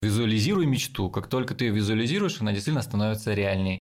Визуализируй мечту. Как только ты ее визуализируешь, она действительно становится реальней.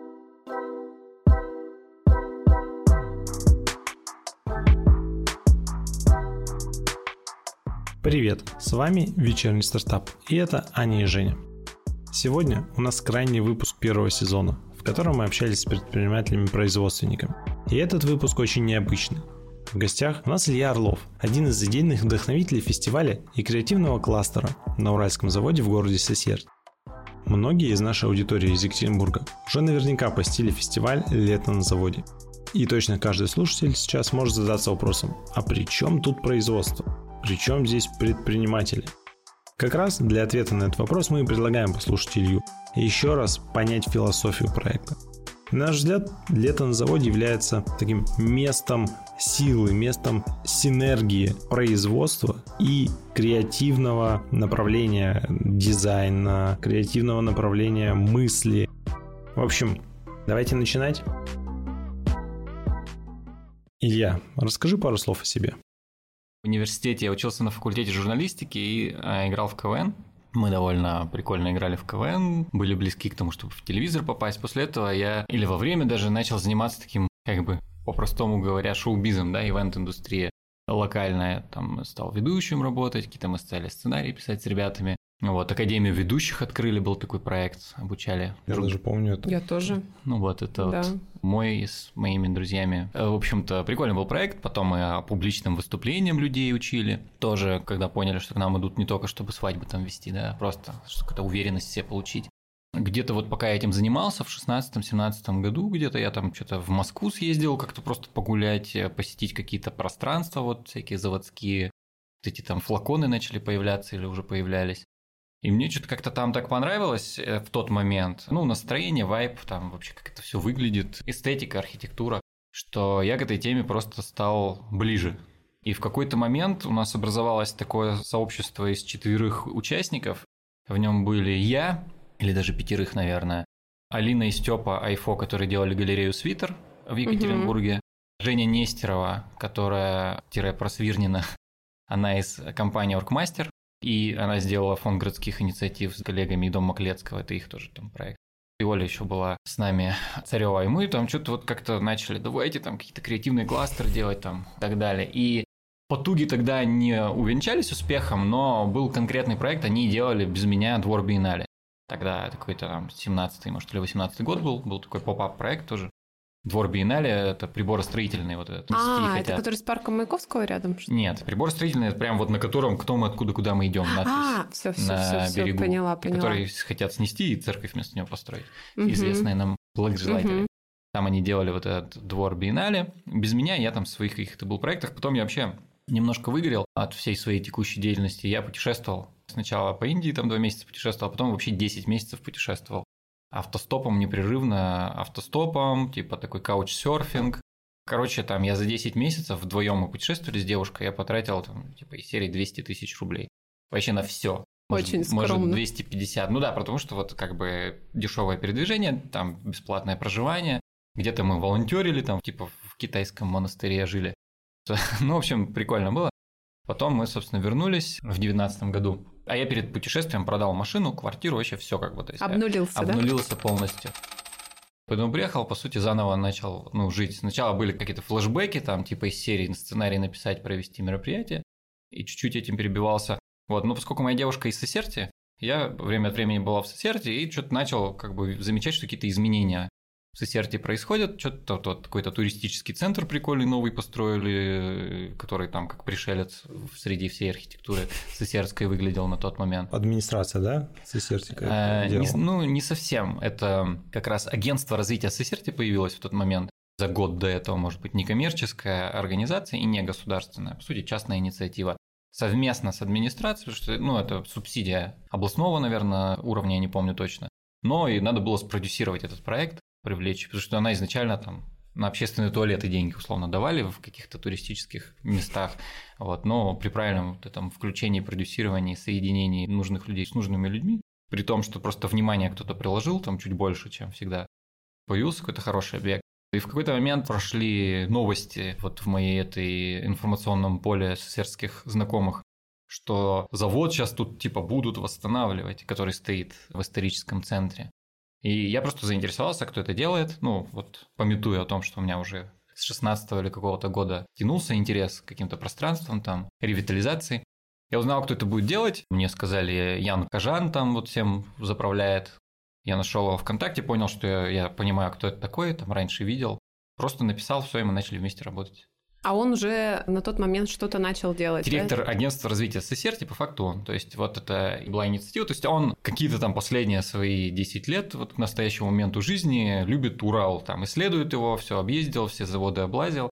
Привет, с вами Вечерний стартап, и это Аня и Женя. Сегодня у нас крайний выпуск первого сезона, в котором мы общались с предпринимателями-производственниками. И этот выпуск очень необычный. В гостях у нас Илья Орлов, один из идейных вдохновителей фестиваля и креативного кластера на Уральском заводе в городе Сесерть. Многие из нашей аудитории из Екатеринбурга уже наверняка посетили фестиваль «Лето на заводе». И точно каждый слушатель сейчас может задаться вопросом: а при чем тут производство? При чем здесь предприниматели? Как раз для ответа на этот вопрос мы и предлагаем послушать Илью и еще раз понять философию проекта. На наш взгляд, «Лето на заводе» является таким местом силы, местом синергии производства и креативного направления дизайна, креативного направления мысли. В общем, давайте начинать. Илья, расскажи пару слов о себе. В университете я учился на факультете журналистики и играл в КВН. Мы довольно прикольно играли в КВН, были близки к тому, чтобы в телевизор попасть. После этого я, или во время даже, начал заниматься таким, по-простому говоря, шоу-бизом, да, ивент-индустрия локальная. Там стал ведущим работать, какие-то мы стали сценарии писать с ребятами. Вот, Академию ведущих открыли, был такой проект, обучали. Я даже помню это. Я тоже. Это да. вот мой с моими друзьями. В общем-то, прикольный был проект, потом мы публичным выступлением людей учили. Тоже, когда поняли, что к нам идут не только, чтобы свадьбы там вести, да, просто чтобы какую-то уверенность в себе получить. Где-то вот пока я этим занимался, в 16-17 году где-то я там что-то в Москву съездил, как-то просто погулять, посетить какие-то пространства вот всякие заводские. Вот эти там флаконы начали появляться или уже появлялись. И мне что-то как-то там так понравилось в тот момент. Настроение, вайб, там вообще как это все выглядит, эстетика, архитектура, что я к этой теме просто стал ближе. И в какой-то момент у нас образовалось такое сообщество из 4 участников. В нем были я, или даже 5, наверное, Алина и Степа Айфо, которые делали галерею «Свитер» в Екатеринбурге, Женя Нестерова, которая _Просвирнина, она из компании «Оргмастер», и она сделала фонд городских инициатив с коллегами и Дом Маклецкого, это их тоже там проект. И Оля еще была с нами, Царева, и мы там что-то вот как-то начали, давайте там какие-то креативные кластеры делать там и так далее. И потуги тогда не увенчались успехом, но был конкретный проект, они делали без меня двор биеннале. Тогда какой-то там 17-й, может, или 18-й год был такой поп-ап проект тоже. Двор биеннале – это приборостроительный вот этот. Это который с парком Маяковского рядом? Нет, приборостроительный – это прям вот на котором кто мы, откуда, куда мы идем, надпись все, берегу, поняла. Который хотят снести и церковь вместо него построить. Известные нам благожелатели. Там они делали вот этот двор биеннале. Без меня я там в своих каких-то был проектах. Потом я вообще немножко выгорел от всей своей текущей деятельности. Я путешествовал. Сначала по Индии там 2 месяца путешествовал, а потом вообще 10 месяцев путешествовал. Автостопом непрерывно, типа такой каучсерфинг. Короче, там я за 10 месяцев вдвоем мы путешествовали с девушкой, я потратил там типа из серии 200 тысяч рублей. Вообще на все. Очень скромно. Может 250. Потому что вот как бы дешевое передвижение, там бесплатное проживание. Где-то мы волонтерили, там типа в китайском монастыре жили. В общем, прикольно было. Потом мы, собственно, вернулись в 2019 году. А я перед путешествием продал машину, квартиру, вообще все как бы. То есть обнулился полностью. Поэтому приехал, по сути, заново начал жить. Сначала были какие-то флешбеки, там типа из серии сценарий написать, провести мероприятие. И чуть-чуть этим перебивался. Но поскольку моя девушка из Сесерти, я время от времени была в Сесерти и что-то начал как бы замечать, что какие-то изменения в Сесерти происходят, что-то какой-то туристический центр прикольный новый построили, который там как пришелец среди всей архитектуры сесертской выглядел на тот момент. Администрация, да, Сесертика? Не совсем. Это как раз агентство развития Сесерти появилось в тот момент. За год до этого, может быть, некоммерческая организация и не государственная, по сути, частная инициатива. Совместно с администрацией, потому что это субсидия областного, наверное, уровня, я не помню точно. Но и надо было спродюсировать этот проект, привлечь, потому что она изначально там на общественные туалеты деньги условно давали в каких-то туристических местах, но при правильном этом включении, продюсировании, соединении нужных людей с нужными людьми, при том, что просто внимание кто-то приложил там чуть больше, чем всегда, появился какой-то хороший объект. И в какой-то момент прошли новости в моей этой информационном поле сесертских знакомых, что завод сейчас тут типа будут восстанавливать, который стоит в историческом центре. И я просто заинтересовался, кто это делает, ну вот памятуя о том, что у меня уже с 16-го или какого-то года тянулся интерес к каким-то пространствам, там, ревитализации. Я узнал, кто это будет делать. Мне сказали, Ян Кажан там вот всем заправляет. Я нашел его ВКонтакте, понял, что я понимаю, кто это такой, там раньше видел. Просто написал, все, и мы начали вместе работать. А он уже на тот момент что-то начал делать, Директор агентства развития СССР, по факту он. То есть вот это была инициатива. То есть он какие-то там последние свои 10 лет, вот к настоящему моменту жизни, любит Урал, там исследует его, все объездил, все заводы облазил.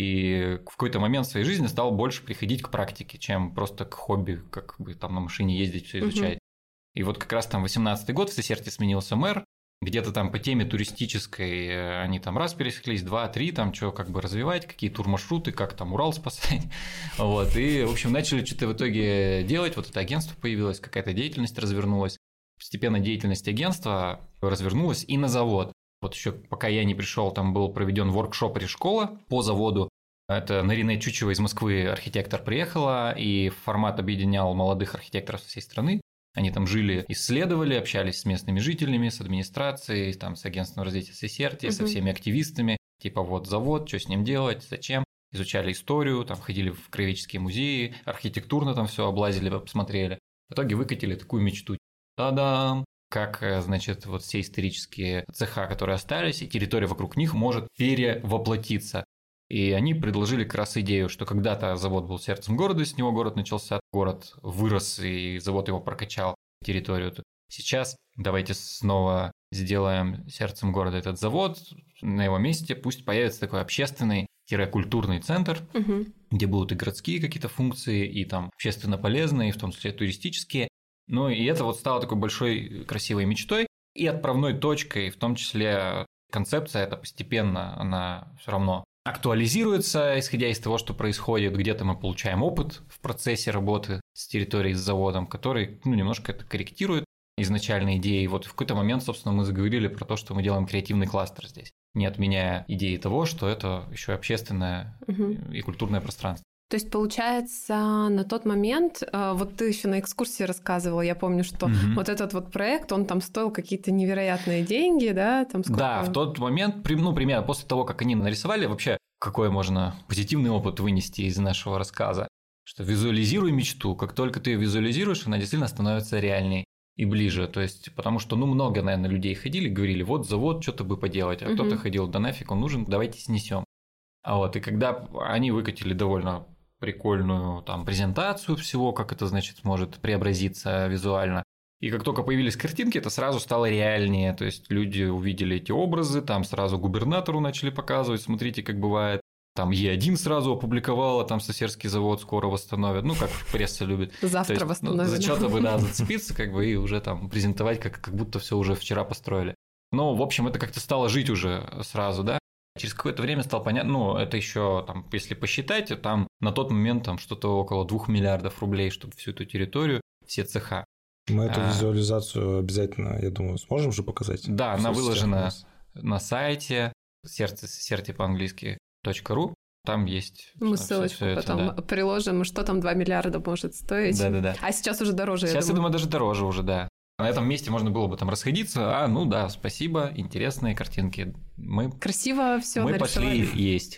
И в какой-то момент в своей жизни стал больше приходить к практике, чем просто к хобби, как бы там на машине ездить, все изучать. И вот как раз там 18-й год в Сесерте сменился мэр, где-то там по теме туристической они там раз пересеклись, 2-3, там что как бы развивать, какие турмаршруты, как там Урал спасать. Вот, и, в общем, начали что-то в итоге делать, вот это агентство появилось, какая-то деятельность развернулась. Постепенно деятельность агентства развернулась и на завод. Вот еще пока я не пришел, там был проведен воркшоп «Решкола» по заводу. Это Наринэ Чучева из Москвы, архитектор, приехала, и формат объединял молодых архитекторов со всей страны. Они там жили, исследовали, общались с местными жителями, с администрацией, там, с агентством развития Сесерти, со всеми активистами. Типа вот завод, что с ним делать, зачем. Изучали историю, там ходили в краеведческие музеи, архитектурно там все облазили, посмотрели. В итоге выкатили такую мечту. Та-дам! Как, значит, вот все исторические цеха, которые остались, и территория вокруг них может перевоплотиться. И они предложили как раз идею, что когда-то завод был сердцем города, с него город начался, город вырос, и завод его прокачал территорию. Сейчас давайте снова сделаем сердцем города этот завод, на его месте пусть появится такой общественный-культурный центр, где будут и городские какие-то функции, и там общественно полезные, и в том числе туристические. Ну и это вот стало такой большой красивой мечтой и отправной точкой, в том числе концепция эта постепенно, она все равно актуализируется, исходя из того, что происходит. Где-то мы получаем опыт в процессе работы с территорией, с заводом, который немножко это корректирует изначальные идеи. И вот в какой-то момент, собственно, мы заговорили про то, что мы делаем креативный кластер здесь, не отменяя идеи того, что это еще общественное и культурное пространство. То есть, получается, на тот момент, вот ты еще на экскурсии рассказывал, я помню, что вот этот вот проект, он там стоил какие-то невероятные деньги, да? Там сколько... Да, в тот момент, примерно после того, как они нарисовали, вообще какой можно позитивный опыт вынести из нашего рассказа, что визуализируй мечту, как только ты ее визуализируешь, она действительно становится реальней и ближе, то есть, потому что, много, наверное, людей ходили, говорили, вот завод, что-то бы поделать, а кто-то ходил, да нафиг он нужен, давайте снесем. А вот, и когда они выкатили довольно прикольную там презентацию всего, как это, значит, может преобразиться визуально. И как только появились картинки, это сразу стало реальнее. То есть люди увидели эти образы, там сразу губернатору начали показывать, смотрите, как бывает. Там Е1 сразу опубликовала, там Сесерский завод скоро восстановят. Как пресса любит. Завтра восстановят. За что-то бы, зацепиться, и уже там презентовать, как будто все уже вчера построили. В общем, это как-то стало жить уже сразу, да. Через какое-то время стало понятно, это еще, там, если посчитать, там на тот момент там что-то около 2 миллиардов рублей, чтобы всю эту территорию, все цеха. Мы эту визуализацию обязательно, я думаю, сможем же показать? Да, она выложена на сайте сердце по-английски .ru. Там есть... Мы ссылочку потом приложим, что там 2 миллиарда может стоить. Да. А сейчас уже дороже, Сейчас, я думаю, даже дороже уже, да. На этом месте можно было бы там расходиться. Спасибо, интересные картинки. Красиво все мы пошли есть.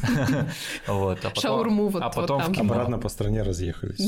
Шаурму вот потом обратно по стране разъехались.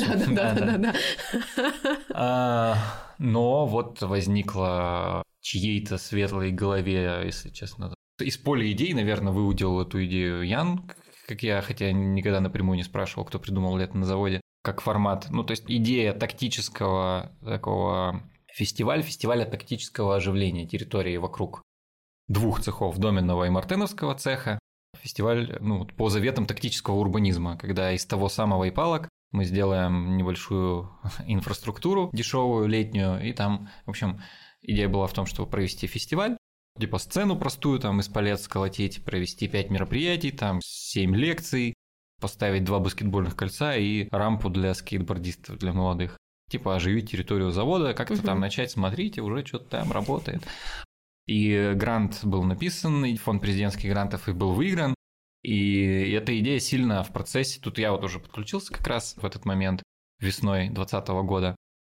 Да. Но вот возникла чьей-то светлой голове, если честно. Из поля идей, наверное, выудил эту идею Ян, как я, хотя никогда напрямую не спрашивал, кто придумал это на заводе, как формат. То есть идея тактического такого... Фестиваля тактического оживления территории вокруг 2 цехов, Доменного и Мартеновского цеха. Фестиваль по заветам тактического урбанизма, когда из того самого Ипалок мы сделаем небольшую инфраструктуру дешевую, летнюю, и там, в общем, идея была в том, чтобы провести фестиваль, типа сцену простую там из палет сколотить, провести 5 мероприятий, там 7 лекций, поставить 2 баскетбольных кольца и рампу для скейтбордистов, для молодых. Типа оживить территорию завода, как-то там начать, смотрите, уже что-то там работает. И грант был написан, и фонд президентских грантов и был выигран. И эта идея сильно в процессе, тут я вот уже подключился как раз в этот момент, весной 2020 года.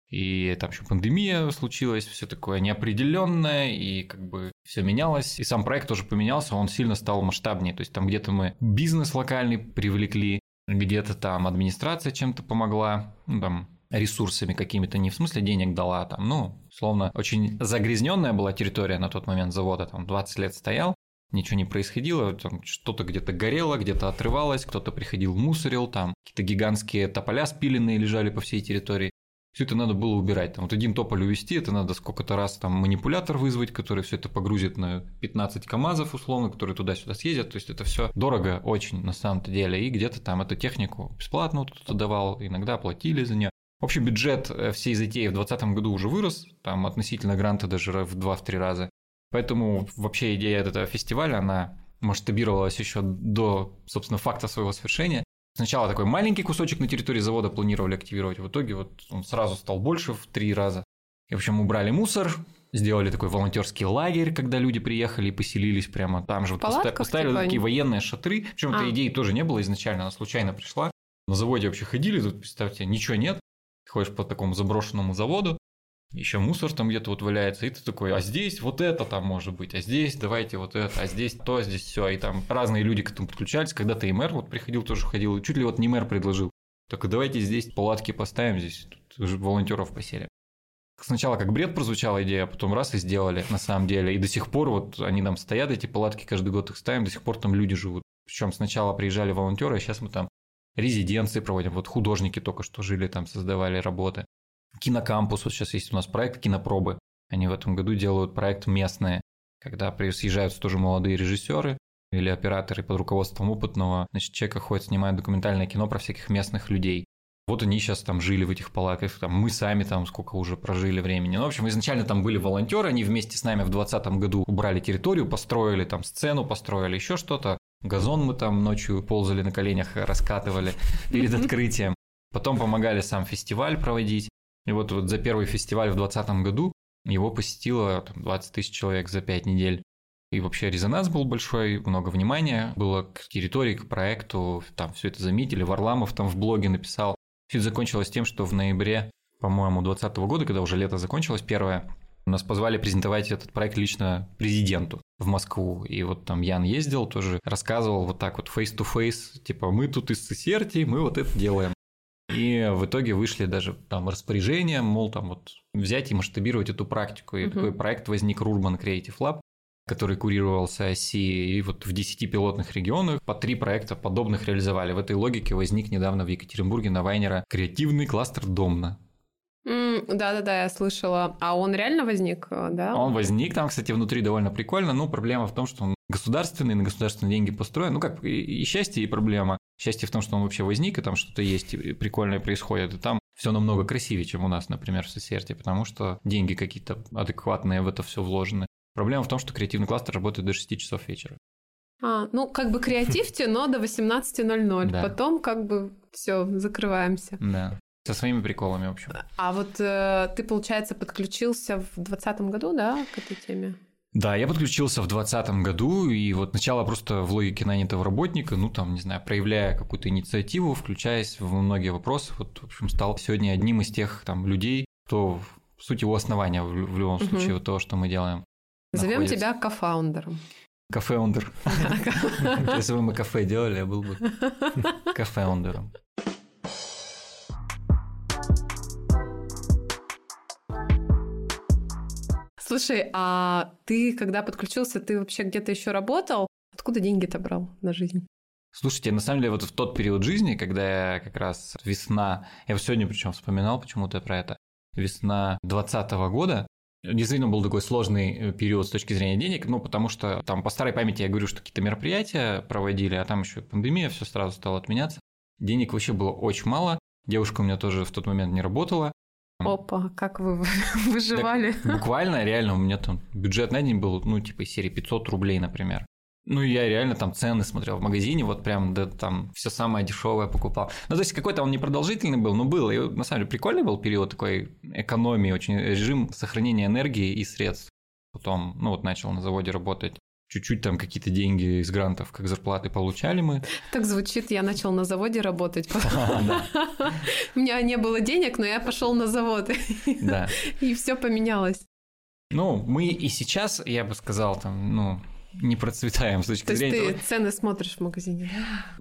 И там еще пандемия случилась, все такое неопределенное, и как бы все менялось. И сам проект тоже поменялся, он сильно стал масштабнее. То есть там где-то мы бизнес локальный привлекли, где-то там администрация чем-то помогла, ну, там ресурсами какими-то, не в смысле денег дала, там, ну, словно очень загрязненная была территория на тот момент завода, там 20 лет стоял, ничего не происходило, там что-то где-то горело, где-то отрывалось, кто-то приходил, мусорил, там какие-то гигантские тополя спиленные лежали по всей территории. Все это надо было убирать. Там вот один тополь увезти, это надо сколько-то раз там манипулятор вызвать, который все это погрузит на 15 КАМАЗов условно, которые туда-сюда съездят. То есть это все дорого очень на самом-то деле. И где-то там эту технику бесплатно кто-то давал, иногда платили за нее. Общий бюджет всей затеи в 2020 году уже вырос, там относительно гранта даже в 2-3 раза. Поэтому вообще идея этого фестиваля, она масштабировалась еще до, собственно, факта своего совершения. Сначала такой маленький кусочек на территории завода планировали активировать, в итоге вот он сразу стал больше в 3 раза. И, в общем, убрали мусор, сделали такой волонтерский лагерь, когда люди приехали и поселились прямо там же. Вот поставили типа такие военные шатры, причем этой идеи тоже не было изначально, она случайно пришла. На заводе вообще ходили, тут, представьте, ничего нет, ходишь по такому заброшенному заводу, еще мусор там где-то вот валяется, и ты такой, а здесь вот это там может быть, а здесь давайте вот это, а здесь то, а здесь все, и там разные люди к этому подключались, когда-то и мэр вот приходил, тоже ходил, чуть ли вот не мэр предложил, только давайте здесь палатки поставим, здесь тут волонтеров поселим. Сначала как бред прозвучала идея, а потом раз и сделали на самом деле, и до сих пор вот они там стоят, эти палатки, каждый год их ставим, до сих пор там люди живут, причем сначала приезжали волонтеры, а сейчас мы там резиденции проводим, вот художники только что жили там, создавали работы. Кинокампус, вот сейчас есть у нас проект «Кинопробы». Они в этом году делают проект местные, когда съезжаются тоже молодые режиссеры или операторы под руководством опытного, значит, человека ходит, снимает документальное кино про всяких местных людей. Вот они сейчас там жили в этих палатках, там мы сами там сколько уже прожили времени. Ну, в общем, изначально там были волонтеры, они вместе с нами в 2020 году убрали территорию, построили там сцену, построили еще что-то. Газон мы там ночью ползали на коленях, раскатывали перед открытием. Потом помогали сам фестиваль проводить. И вот за первый фестиваль в 2020 году его посетило 20 тысяч человек за 5 недель. И вообще резонанс был большой, много внимания было к территории, к проекту, там все это заметили. Варламов там в блоге написал. Все это закончилось тем, что в ноябре, по-моему, 2020 года, когда уже лето закончилось первое, нас позвали презентовать этот проект лично президенту в Москву. И вот там Ян ездил, тоже рассказывал вот так вот face-to-face, типа мы тут из Сесерти, мы вот это делаем. И в итоге вышли даже там распоряжения, мол, там вот взять и масштабировать эту практику. И такой проект возник Urban Creative Lab, который курировался ОСИ, и вот в 10 пилотных регионах по 3 проекта подобных реализовали. В этой логике возник недавно в Екатеринбурге на Вайнера креативный кластер Домна. Да-да-да, я слышала. А он реально возник, да? Он возник, там, кстати, внутри довольно прикольно, но проблема в том, что он государственный, на государственные деньги построен. Ну, как и счастье, и проблема. Счастье в том, что он вообще возник, и там что-то есть, и прикольное происходит, и там все намного красивее, чем у нас, например, в Сесерте, потому что деньги какие-то адекватные в это все вложены. Проблема в том, что креативный кластер работает до 6 часов вечера. Ну, как бы креативьте, но до 18:00. Да. Потом как бы все закрываемся. Да. Со своими приколами, в общем. А вот ты, получается, подключился в 2020 году, да, к этой теме? Да, я подключился в 2020 году, и вот сначала просто в логике нанятого работника, ну, там, не знаю, проявляя какую-то инициативу, включаясь в многие вопросы, вот, в общем, стал сегодня одним из тех там людей, кто, в сути, у основания в любом случае вот того, что мы делаем. Зовем тебя кофаундером. Кофаундер. Если бы мы кафе делали, я был бы кофаундером. Слушай, а ты, когда подключился, ты вообще где-то еще работал? Откуда деньги-то брал на жизнь? Слушайте, на самом деле, вот в тот период жизни, когда я как раз весна, я сегодня причем вспоминал почему-то про это, весна 2020 года, действительно был такой сложный период с точки зрения денег, ну, потому что там по старой памяти я говорю, что какие-то мероприятия проводили, а там еще пандемия, все сразу стало отменяться. Денег вообще было очень мало, девушка у меня тоже в тот момент не работала. Опа, как вы выживали? Так, буквально, реально, у меня там бюджет на день был, ну, типа из серии 500 рублей, например. Ну, я реально там цены смотрел в магазине, вот прям, да, там все самое дешевое покупал. Ну, то есть какой-то он непродолжительный был, но был. И на самом деле прикольный был период такой экономии, очень режим сохранения энергии и средств. Потом, ну, вот начал на заводе работать чуть-чуть там какие-то деньги из грантов, как зарплаты получали мы. Так звучит, я начал на заводе работать. У меня не было денег, но я пошел на завод. И все поменялось. Ну, мы и сейчас, я бы сказал, там, ну, не процветаем с точки зрения... То есть ты цены смотришь в магазине?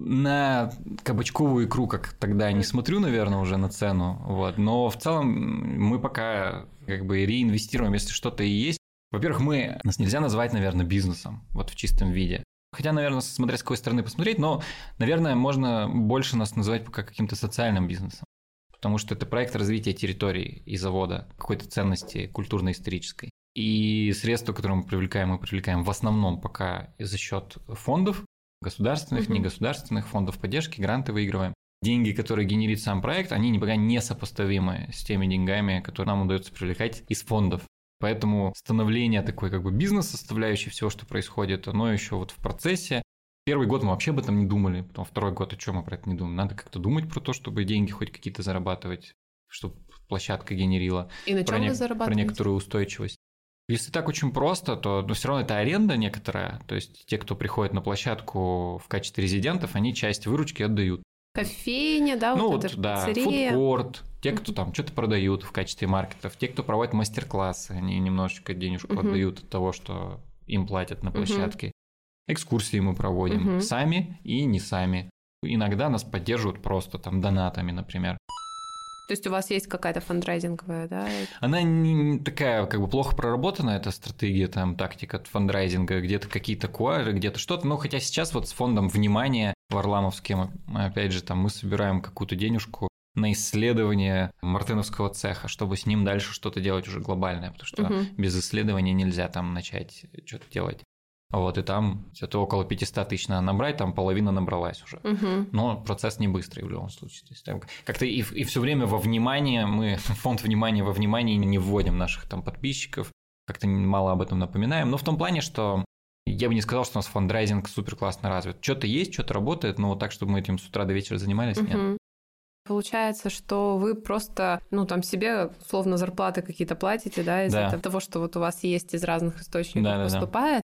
На кабачковую икру, как тогда, не смотрю, наверное, уже на цену, вот. Но в целом мы пока как бы реинвестируем, если что-то и есть. Во-первых, нас нельзя назвать, наверное, бизнесом, вот в чистом виде. Хотя, наверное, смотря с какой стороны посмотреть, но, наверное, можно больше нас называть пока каким-то социальным бизнесом. Потому что это проект развития территории и завода, какой-то ценности культурно-исторической. И средства, которые мы привлекаем в основном пока за счет фондов, государственных, негосударственных, фондов поддержки, гранты выигрываем. Деньги, которые генерит сам проект, они пока не сопоставимы с теми деньгами, которые нам удается привлекать из фондов. Поэтому становление такой как бы бизнес-составляющей всего, что происходит, оно еще вот в процессе. Первый год мы вообще об этом не думали, потом второй год, о чем мы про это не думаем. Надо как-то думать про то, чтобы деньги хоть какие-то зарабатывать, чтобы площадка генерила. И на чем вы зарабатываете? Про некоторую устойчивость. Если так очень просто, то все равно это аренда некоторая, то есть те, кто приходит на площадку в качестве резидентов, они часть выручки отдают. Кофейня, да, ну вот вот, это да, пиццерия. фудкорт, те, кто там что-то продают в качестве маркетов, те, кто проводит мастер-классы, они немножечко денежку отдают от того, что им платят на площадке. Экскурсии мы проводим сами и не сами. Иногда нас поддерживают просто там донатами, например. То есть у вас есть какая-то фандрайзинговая, да? Она не такая, как бы плохо проработанная, эта стратегия, там, тактика фандрайзинга, где-то какие-то куары, где-то что-то. Но хотя сейчас вот с фондом внимания Варламовским, опять же, там мы собираем какую-то денежку на исследование мартеновского цеха, чтобы с ним дальше что-то делать уже глобальное, потому что без исследования нельзя там начать что-то делать. Вот, и там это около 500 тысяч надо набрать, там половина набралась уже. Но процесс не быстрый в любом случае. То есть, там как-то и все время во внимание, мы фонд внимания во внимание не вводим наших там подписчиков, как-то мало об этом напоминаем. Но в том плане, что я бы не сказал, что у нас фандрайзинг супер классно развит. Что-то есть, что-то работает, но так, чтобы мы этим с утра до вечера занимались, нет. Получается, что вы просто, там себе условно зарплаты какие-то платите, да, из-за того, что вот у вас есть из разных источников поступает.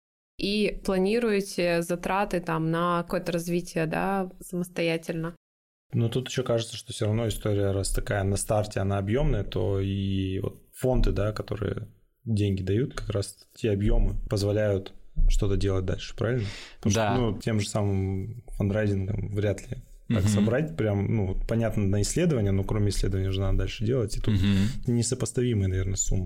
И планируете затраты там на какое-то развитие, да, самостоятельно? Ну, тут еще кажется, что все равно история, раз такая на старте, она объемная, то и вот фонды, да, которые деньги дают, как раз те объемы позволяют что-то делать дальше, правильно? Потому что, тем же самым фандрайзингом вряд ли так собрать, прям, понятно, на исследования, но кроме исследования же надо дальше делать, и тут несопоставимые, наверное, суммы.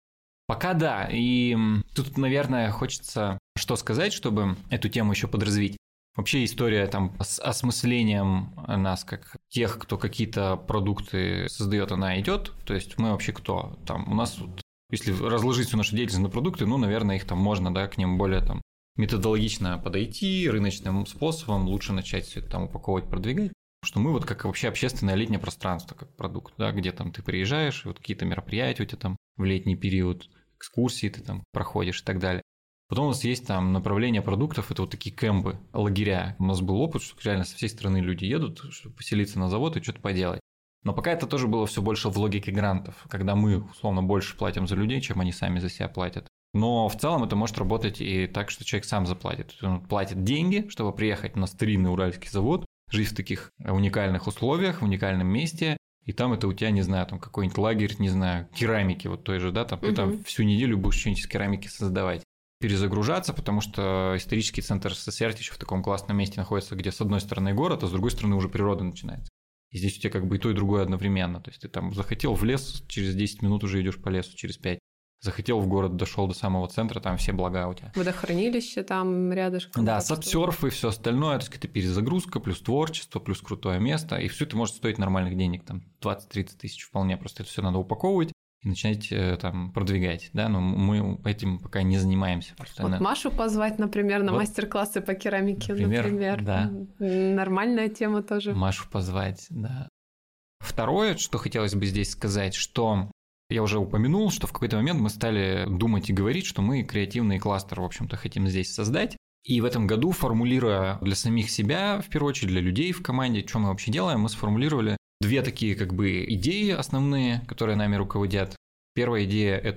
Пока да, и тут, наверное, хочется что сказать, чтобы эту тему еще подразвить. Вообще история там с осмыслением нас как тех, кто какие-то продукты создает, она идет. То есть мы вообще кто? Там у нас, если разложить всю нашу деятельность на продукты, наверное, их там можно, да, к ним более там методологично подойти, рыночным способом лучше начать все это там упаковывать, продвигать. Потому что мы вот как вообще общественное летнее пространство, как продукт, да, где там ты приезжаешь, вот какие-то мероприятия у тебя там в летний период, экскурсии ты там проходишь и так далее. Потом у нас есть там направление продуктов, это вот такие кемпы, лагеря. У нас был опыт, что реально со всей страны люди едут, чтобы поселиться на завод и что-то поделать. Но пока это тоже было все больше в логике грантов, когда мы, условно, больше платим за людей, чем они сами за себя платят. Но в целом это может работать и так, что человек сам заплатит. Он платит деньги, чтобы приехать на старинный уральский завод, жить в таких уникальных условиях, в уникальном месте, и там это у тебя, не знаю, там какой-нибудь лагерь, не знаю, керамики вот той же, да, там ты там всю неделю будешь что-нибудь из керамики создавать. Перезагружаться, потому что исторический центр СССР еще в таком классном месте находится, где с одной стороны город, а с другой стороны уже природа начинается. И здесь у тебя как бы и то, и другое одновременно. То есть ты там захотел в лес, через 10 минут уже идешь по лесу, через 5. Захотел в город, дошел до самого центра, там все блага у тебя. Водохранилище там рядышком. Да, сапсерф и все остальное, то есть это перезагрузка, плюс творчество, плюс крутое место, и все это может стоить нормальных денег, там 20-30 тысяч вполне, просто это все надо упаковывать и начинать там продвигать, да, но мы этим пока не занимаемся. Вот Машу позвать, например, на мастер-классы по керамике, например. Да. Нормальная тема тоже. Машу позвать, да. Второе, что хотелось бы здесь сказать, что я уже упомянул, что в какой-то момент мы стали думать и говорить, что мы креативный кластер, в общем-то, хотим здесь создать. И в этом году, формулируя для самих себя, в первую очередь для людей в команде, что мы вообще делаем, мы сформулировали две такие как бы идеи основные, которые нами руководят. Первая идея – это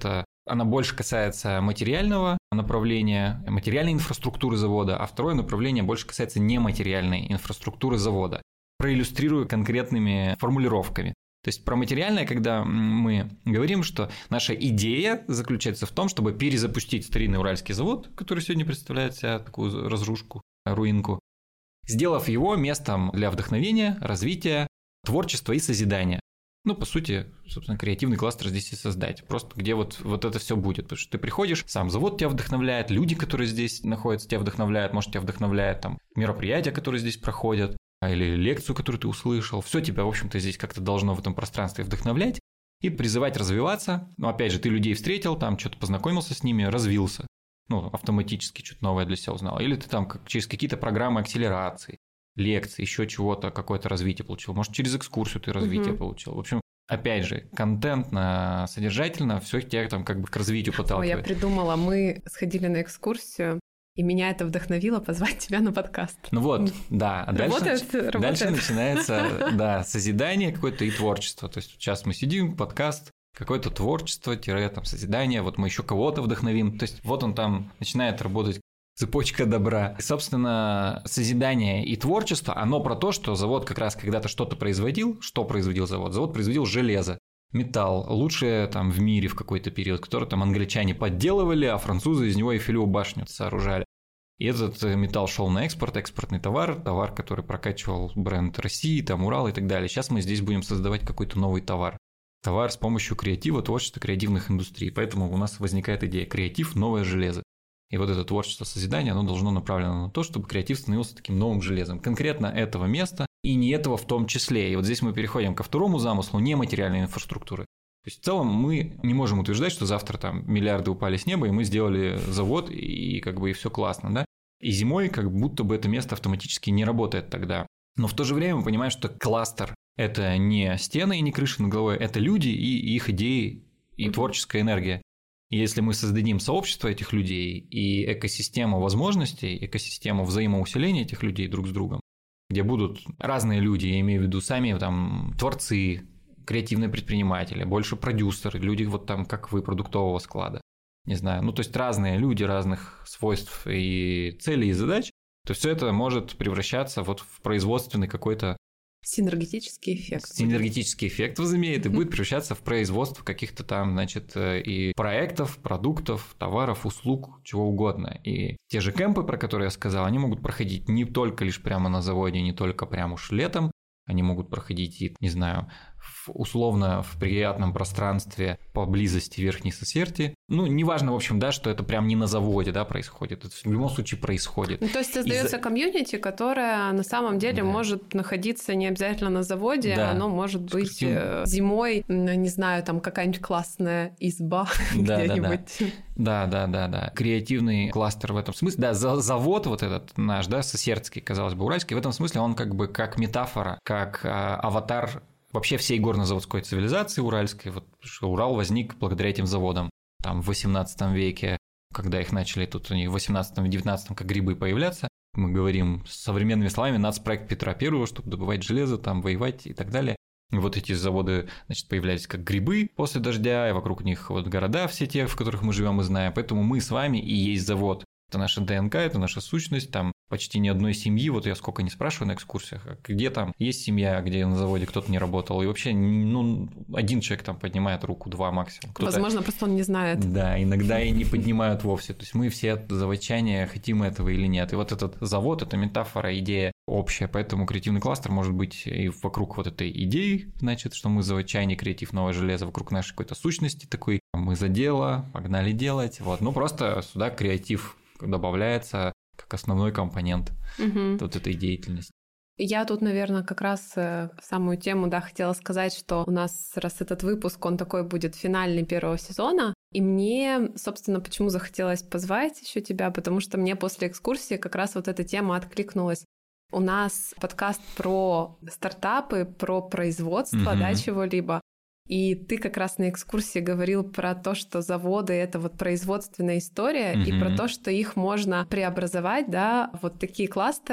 Она больше касается материального направления, материальной инфраструктуры завода, а второе направление больше касается нематериальной инфраструктуры завода. Проиллюстрирую конкретными формулировками. То есть про материальное, когда мы говорим, что наша идея заключается в том, чтобы перезапустить старинный уральский завод, который сегодня представляет себя такую разрушку, руинку, сделав его местом для вдохновения, развития, творчества и созидания. Ну, по сути, собственно, креативный кластер здесь и создать. Просто где вот это все будет. Потому что ты приходишь, сам завод тебя вдохновляет, люди, которые здесь находятся, тебя вдохновляют, может, тебя вдохновляет там мероприятия, которые здесь проходят, или лекцию, которую ты услышал. Все тебя, в общем-то, здесь как-то должно в этом пространстве вдохновлять и призывать развиваться. Но, опять же, ты людей встретил, там что-то познакомился с ними, развился. Ну, автоматически что-то новое для себя узнал. Или ты там через какие-то программы акселерации, лекции, еще чего-то, какое-то развитие получил. Может, через экскурсию ты развитие получил. В общем, опять же, контентно, содержательно, все тебя там как бы к развитию подталкивает. Ой, я придумала, мы сходили на экскурсию, и меня это вдохновило позвать тебя на подкаст. Ну вот, да. А работает. Дальше начинается, да, созидание какое-то и творчество. То есть сейчас мы сидим, подкаст, какое-то творчество, там, созидание, вот мы еще кого-то вдохновим. То есть вот он там начинает работать. Цепочка добра. И, собственно, созидание и творчество, оно про то, что завод как раз когда-то что-то производил. Что производил завод? Завод производил железо, металл, лучшее там в мире в какой-то период, который там англичане подделывали, а французы из него Эйфелеву башню сооружали. И этот металл шел на экспорт, экспортный товар, который прокачивал бренд России, там Урал и так далее. Сейчас мы здесь будем создавать какой-то новый товар. Товар с помощью креатива, творчества, креативных индустрий. Поэтому у нас возникает идея креатив, новое железо. И вот это творчество созидания, оно должно направлено на то, чтобы креатив становился таким новым железом. Конкретно этого места и не этого в том числе. И вот здесь мы переходим ко второму замыслу нематериальной инфраструктуры. То есть в целом мы не можем утверждать, что завтра там миллиарды упали с неба, и мы сделали завод, и как бы и все классно, да? И зимой как будто бы это место автоматически не работает тогда. Но в то же время мы понимаем, что кластер – это не стены и не крыша над головой, это люди и их идеи, и творческая энергия. И если мы создадим сообщество этих людей и экосистему возможностей, экосистему взаимоусиления этих людей друг с другом, где будут разные люди, я имею в виду сами там творцы, креативные предприниматели, больше продюсеры, люди вот там, как вы, продуктового склада, не знаю, ну то есть разные люди разных свойств и целей и задач, то все это может превращаться вот в производственный какой-то синергетический эффект. Синергетический эффект возымеет и будет превращаться в производство каких-то там, значит, и проектов, продуктов, товаров, услуг, чего угодно. И те же кемпы, про которые я сказал, они могут проходить не только лишь прямо на заводе, не только прямо уж летом, они могут проходить и, не знаю, условно в приятном пространстве поблизости Верхней Сосерти. Ну, неважно, в общем, да, что это прям не на заводе, да, происходит. Это в любом случае происходит. Ну, то есть создается комьюнити, которое на самом деле может находиться не обязательно на заводе, оно может быть зимой, не знаю, там какая-нибудь классная изба где-нибудь. Да. Креативный кластер в этом смысле. Да, завод вот этот наш, да, Сосердский, казалось бы, уральский, в этом смысле он как бы как метафора, как аватар вообще всей горнозаводской цивилизации уральской, вот, что Урал возник благодаря этим заводам. Там в 18 веке, когда их начали тут они в 18 и 19 как грибы появляться, мы говорим современными словами, нацпроект Петра I, чтобы добывать железо, там воевать и так далее. И вот эти заводы, значит, появлялись как грибы после дождя, и вокруг них вот города все те, в которых мы живем и знаем. Поэтому мы с вами и есть завод. Это наша ДНК, это наша сущность, там почти ни одной семьи, вот я сколько не спрашиваю на экскурсиях, где там есть семья, где на заводе кто-то не работал, и вообще, ну, один человек там поднимает руку, два максимум. Возможно, просто он не знает. Да, иногда и не поднимают вовсе, то есть мы все заводчане, хотим этого или нет, и вот этот завод – это метафора, идея общая, поэтому креативный кластер может быть и вокруг вот этой идеи, значит, что мы заводчане, креатив, новое железо, вокруг нашей какой-то сущности такой, мы за дело, погнали делать, вот, ну просто сюда креатив добавляется как основной компонент вот этой деятельности. Я тут, наверное, как раз самую тему, да, хотела сказать, что у нас, раз этот выпуск, он такой будет финальный первого сезона, и мне, собственно, почему захотелось позвать еще тебя, потому что мне после экскурсии как раз вот эта тема откликнулась. У нас подкаст про стартапы, про производство, да, чего-либо. И ты как раз на экскурсии говорил про то, что заводы — это вот производственная история, и про то, что их можно преобразовать, да, вот такие кластеры,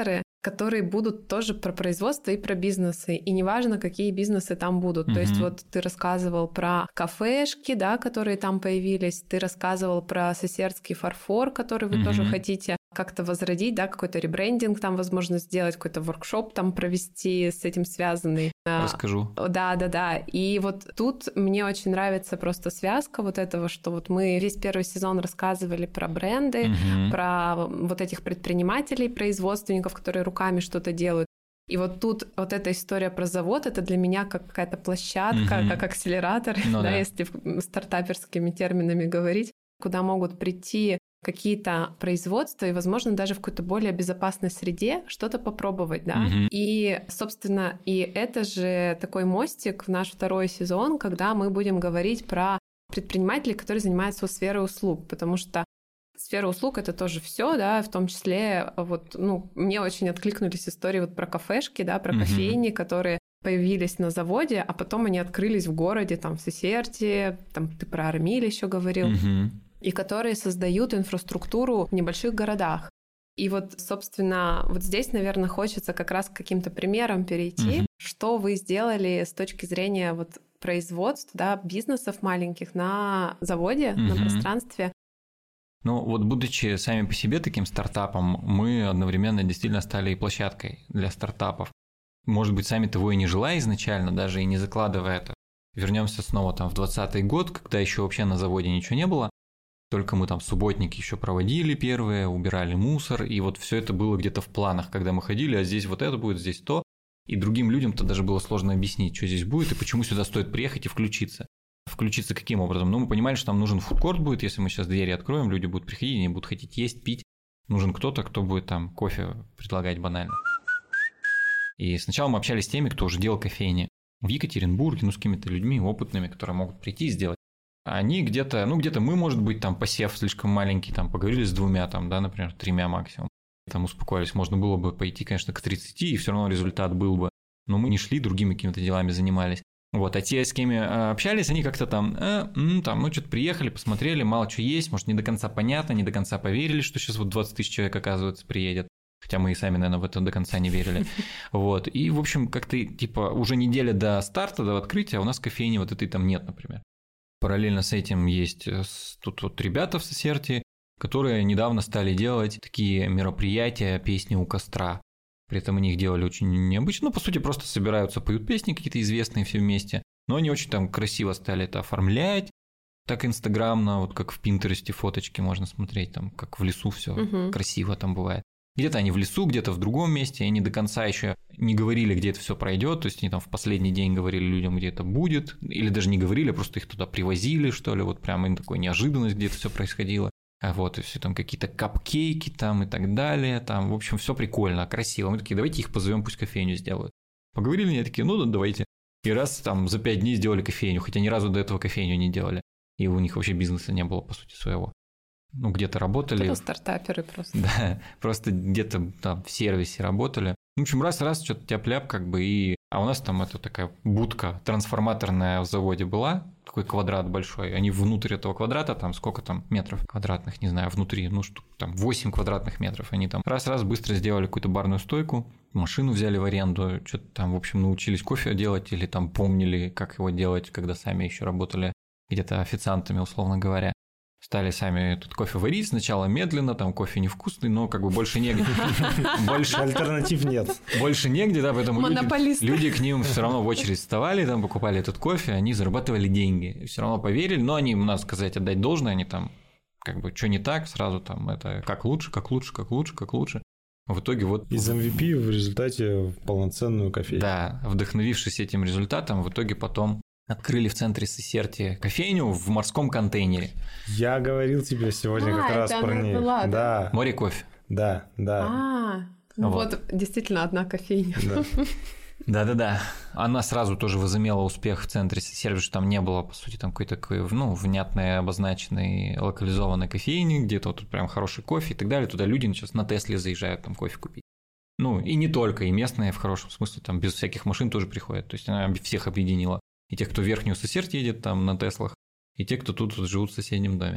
которые будут тоже про производство и про бизнесы. И неважно, какие бизнесы там будут. То есть вот ты рассказывал про кафешки, да, которые там появились, ты рассказывал про Сесердский фарфор, который вы тоже хотите как-то возродить, да, какой-то ребрендинг там, возможно, сделать, какой-то воркшоп там провести с этим связанный. Расскажу. Да. И вот тут мне очень нравится просто связка вот этого, что вот мы весь первый сезон рассказывали про бренды, про вот этих предпринимателей, производственников, которые руками что-то делают. И вот тут вот эта история про завод, это для меня как какая-то площадка, как акселератор, если стартаперскими терминами говорить, куда могут прийти какие-то производства и, возможно, даже в какой-то более безопасной среде что-то попробовать, да. И, собственно, и это же такой мостик в наш второй сезон, когда мы будем говорить про предпринимателей, которые занимаются сферой услуг, потому что сфера услуг — это тоже все, да, в том числе вот, мне очень откликнулись истории вот про кафешки, да, про кофейни, которые появились на заводе, а потом они открылись в городе, там, в Сесерте, там, ты про Армиль еще говорил, и которые создают инфраструктуру в небольших городах. И вот, собственно, вот здесь, наверное, хочется как раз к каким-то примерам перейти, что вы сделали с точки зрения вот производств, да, бизнесов маленьких на заводе, на пространстве. Ну, вот будучи сами по себе таким стартапом, мы одновременно действительно стали и площадкой для стартапов. Может быть, сами того и не желая изначально, даже и не закладывая это. Вернемся снова там в 2020 год, когда еще вообще на заводе ничего не было. Только мы там субботники еще проводили первые, убирали мусор, и вот все это было где-то в планах, когда мы ходили, а здесь вот это будет, здесь то. И другим людям-то даже было сложно объяснить, что здесь будет и почему сюда стоит приехать и включиться. Включиться каким образом? Ну, мы понимали, что нам нужен фудкорт будет, если мы сейчас двери откроем, люди будут приходить, они будут хотеть есть, пить. Нужен кто-то, кто будет там кофе предлагать банально. И сначала мы общались с теми, кто уже делал кофейни в Екатеринбурге, с какими-то людьми опытными, которые могут прийти и сделать. Они где-то мы, может быть, там посев слишком маленький, там поговорили с 2, там, да, например, 3 максимум. Там успокоились, можно было бы пойти, конечно, к 30, и все равно результат был бы. Но мы не шли, другими какими-то делами занимались. Вот, а те, с кем общались, они как-то что-то приехали, посмотрели, мало что есть, может, не до конца понятно, не до конца поверили, что сейчас вот 20 тысяч человек, оказывается, приедет. Хотя мы и сами, наверное, в это до конца не верили. Вот, и, в общем, как-то, уже неделя до старта, до открытия, а у нас кофейни вот этой там нет, например. Параллельно с этим есть тут вот ребята в Сесерте, которые недавно стали делать такие мероприятия, песни у костра. При этом они их делали очень необычно. По сути, просто собираются, поют песни какие-то известные все вместе. Но они очень там красиво стали это оформлять. Так инстаграмно, вот как в Пинтересте фоточки можно смотреть, там как в лесу все красиво там бывает. Где-то они в лесу, где-то в другом месте, и они до конца еще не говорили, где это все пройдет, то есть они там в последний день говорили людям, где это будет, или даже не говорили, а просто их туда привозили, что ли, вот прямо такая неожиданность, где это все происходило. Вот, и все там какие-то капкейки там и так далее, там, в общем, все прикольно, красиво. Мы такие, давайте их позовем, пусть кофейню сделают. Поговорили, они такие, ну да, давайте. И раз там за 5 дней сделали кофейню, хотя ни разу до этого кофейню не делали. И у них вообще бизнеса не было, по сути, своего. Где-то работали. Это стартаперы просто. Да, просто где-то там в сервисе работали. В общем, раз-раз, что-то тяп-ляп, и... А у нас там это такая будка трансформаторная в заводе была, такой квадрат большой. Они внутрь этого квадрата, там сколько там метров квадратных, не знаю, внутри, штук там 8 квадратных метров. Они там раз-раз быстро сделали какую-то барную стойку, машину взяли в аренду, что-то там, в общем, научились кофе делать или там помнили, как его делать, когда сами еще работали где-то официантами, условно говоря. Стали сами тут кофе варить, сначала медленно, там кофе невкусный, но больше негде. Больше альтернатив нет. Больше негде, да, поэтому люди к ним все равно в очередь вставали, там покупали этот кофе, они зарабатывали деньги. Все равно поверили, но они, надо сказать, отдать должное, они там что не так, сразу там это как лучше. В итоге вот... Из MVP в результате в полноценную кофейню. Да, вдохновившись этим результатом, в итоге потом открыли в центре Сесерте кофейню в морском контейнере. Я говорил тебе сегодня как раз про нее. Да. Море кофе. Да. Вот действительно одна кофейня. Да. Она сразу тоже возымела успех в центре Сесерте, что там не было, по сути, там какой-то такой, внятной, обозначенной, локализованной кофейни, где-то вот тут прям хороший кофе и так далее. Туда люди сейчас на Тесле заезжают там кофе купить. И не только, и местные в хорошем смысле, там без всяких машин тоже приходят. То есть она всех объединила. И тех, кто в Верхнюю Сесерт едет там на Теслах, и те, кто тут живут в соседнем доме.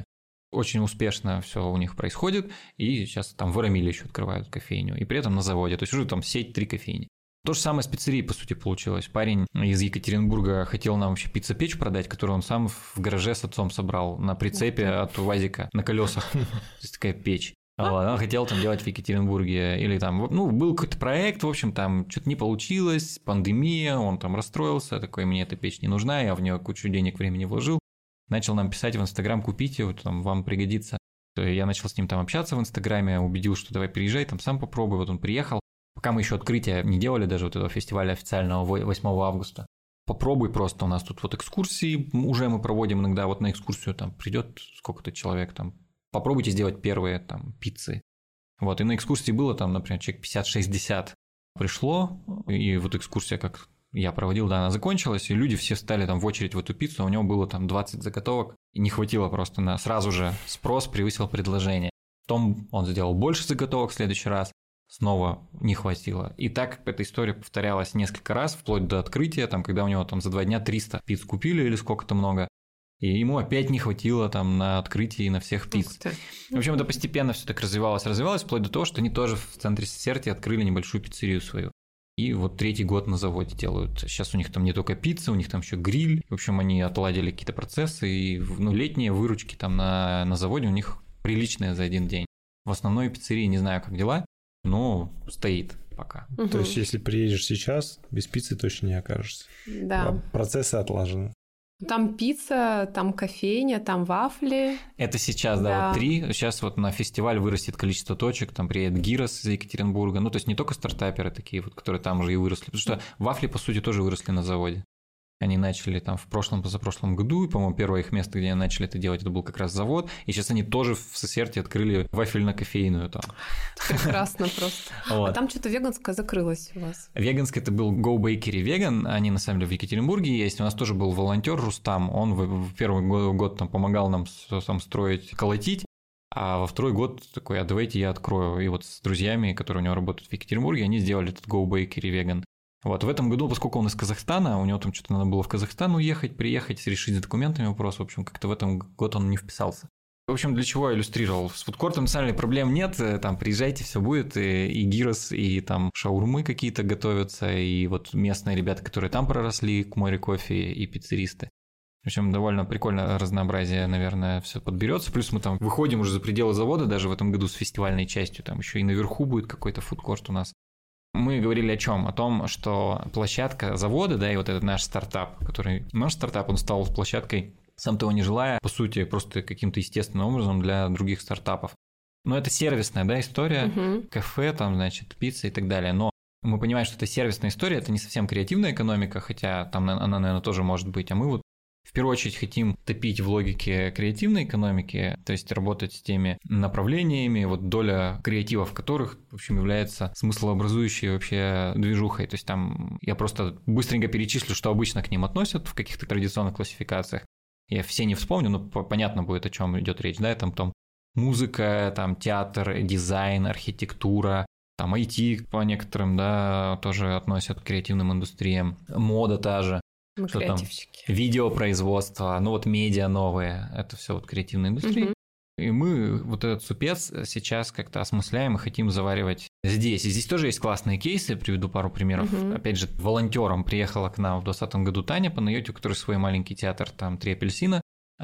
Очень успешно все у них происходит, и сейчас там в Арамиле еще открывают кофейню, и при этом на заводе, то есть уже там сеть 3 кофейни. То же самое с пиццерией, по сути, получилось. Парень из Екатеринбурга хотел нам вообще пицца-печь продать, которую он сам в гараже с отцом собрал на прицепе от УАЗика на колесах. То есть такая печь. Он хотел там делать в Екатеринбурге, или там, был какой-то проект, в общем, там что-то не получилось, пандемия, он там расстроился, такой, мне эта печь не нужна, я в нее кучу денег, времени вложил. Начал нам писать в Инстаграм, купите, вот там вам пригодится. Я начал с ним там общаться в Инстаграме, убедил, что давай приезжай, там сам попробуй. Вот он приехал. Пока мы еще открытие не делали, даже вот этого фестиваля официального 8 августа. Попробуй просто, у нас тут вот экскурсии уже мы проводим иногда, вот на экскурсию там придет сколько-то человек, там попробуйте сделать первые там пиццы. Вот, и на экскурсии было там, например, человек 50-60 пришло, и вот экскурсия как я проводил, да, она закончилась, и люди все встали там в очередь в эту пиццу, у него было там 20 заготовок, и не хватило просто на сразу же спрос превысил предложение. Потом он сделал больше заготовок в следующий раз, снова не хватило. И так эта история повторялась несколько раз, вплоть до открытия, там, когда у него там за 2 дня 300 пиц купили или сколько-то много, и ему опять не хватило там на открытии и на всех пиц. В общем, это постепенно все так развивалось, вплоть до того, что они тоже в центре Сесерти открыли небольшую пиццерию свою. И вот 3-й год на заводе делают. Сейчас у них там не только пицца, у них там еще гриль. В общем, они отладили какие-то процессы, и летние выручки там на заводе у них приличные за один день. В основной пиццерии не знаю, как дела, но стоит пока. То есть, если приедешь сейчас, без пиццы точно не окажешься. Да. Процессы отлажены. Там пицца, там кофейня, там вафли. Это сейчас, да, вот 3. Сейчас вот на фестиваль вырастет количество точек, там приедет Гирос из Екатеринбурга. Ну, то есть не только стартаперы такие вот, которые там уже и выросли. Потому что вафли, по сути, тоже выросли на заводе. Они начали там в позапрошлом году, и, по-моему, первое их место, где они начали это делать, это был как раз завод, и сейчас они тоже в Сесерти открыли вафельно-кофейную там. Прекрасно просто. Вот. А там что-то веганское закрылось у вас. Веганское это был Go Bakery Vegan, они на самом деле в Екатеринбурге есть, у нас тоже был волонтер Рустам, он в первый год там помогал нам сам строить, колотить, а во второй год такой, а давайте я открою, и вот с друзьями, которые у него работают в Екатеринбурге, они сделали этот Go Bakery Vegan. Вот, в этом году, поскольку он из Казахстана, у него там что-то надо было в Казахстан уехать, приехать, решить с документами вопрос, в общем, как-то в этом год он не вписался. В общем, для чего я иллюстрировал? С фудкортом, на самом деле, проблем нет, там, приезжайте, все будет, и гирос, и там шаурмы какие-то готовятся, и вот местные ребята, которые там проросли, к море кофе, и пиццеристы. В общем, довольно прикольное разнообразие, наверное, все подберется. Плюс мы там выходим уже за пределы завода, даже в этом году с фестивальной частью, там еще и наверху будет какой-то фудкорт у нас. Мы говорили о чем? О том, что площадка завода, да, и вот этот наш стартап, наш стартап, он стал площадкой, сам того не желая, по сути, просто каким-то естественным образом для других стартапов. Но это сервисная, да, история, кафе, там, значит, пицца и так далее. Но мы понимаем, что это сервисная история, это не совсем креативная экономика, хотя там она, наверное, тоже может быть, а мы вот в первую очередь хотим топить в логике креативной экономики, то есть работать с теми направлениями, вот доля креатива в которых, в общем, является смыслообразующей вообще движухой. То есть там я просто быстренько перечислю, что обычно к ним относят в каких-то традиционных классификациях. Я все не вспомню, но понятно будет, о чем идет речь, да, там музыка, там театр, дизайн, архитектура, там IT по некоторым, да, тоже относят к креативным индустриям, мода та же. Мы что креативщики. Там, видеопроизводство, вот медиа новые, это все вот креативная индустрия. И мы вот этот супец сейчас как-то осмысляем и хотим заваривать здесь. И здесь тоже есть классные кейсы, приведу пару примеров. Опять же, волонтером приехала к нам в 2020 году Таня Панайотти, у которой свой маленький театр, там «Три апельсина»,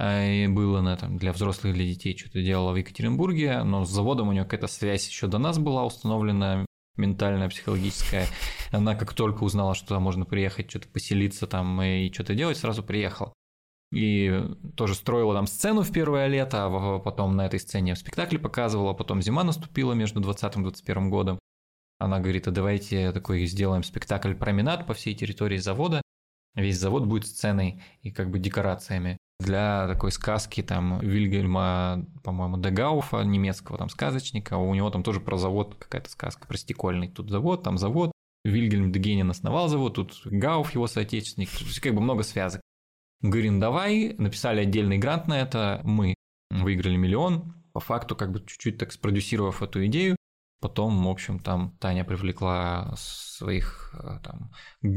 и было она там для взрослых и для детей, что-то делала в Екатеринбурге, но с заводом у нее какая-то связь еще до нас была установлена, ментальная, психологическая. Она как только узнала, что туда можно приехать, что-то поселиться там и что-то делать, сразу приехала. И тоже строила там сцену в первое лето, а потом на этой сцене спектакль показывала, потом зима наступила между 2020 и 2021 годом. Она говорит, а давайте такой сделаем спектакль-променад по всей территории завода. Весь завод будет сценой и как бы декорациями. Для такой сказки там Вильгельма, по-моему, де Гауфа, немецкого там сказочника, у него там тоже про завод какая-то сказка, про стекольный. Тут завод, там завод. Вильгельм де Генин основал завод, тут Гауф, его соотечественник. То есть как бы много связок. Говорим, давай, написали отдельный грант на это, мы выиграли 1 миллион, по факту как бы чуть-чуть так спродюсировав эту идею, Потом, в общем, там Таня привлекла своих там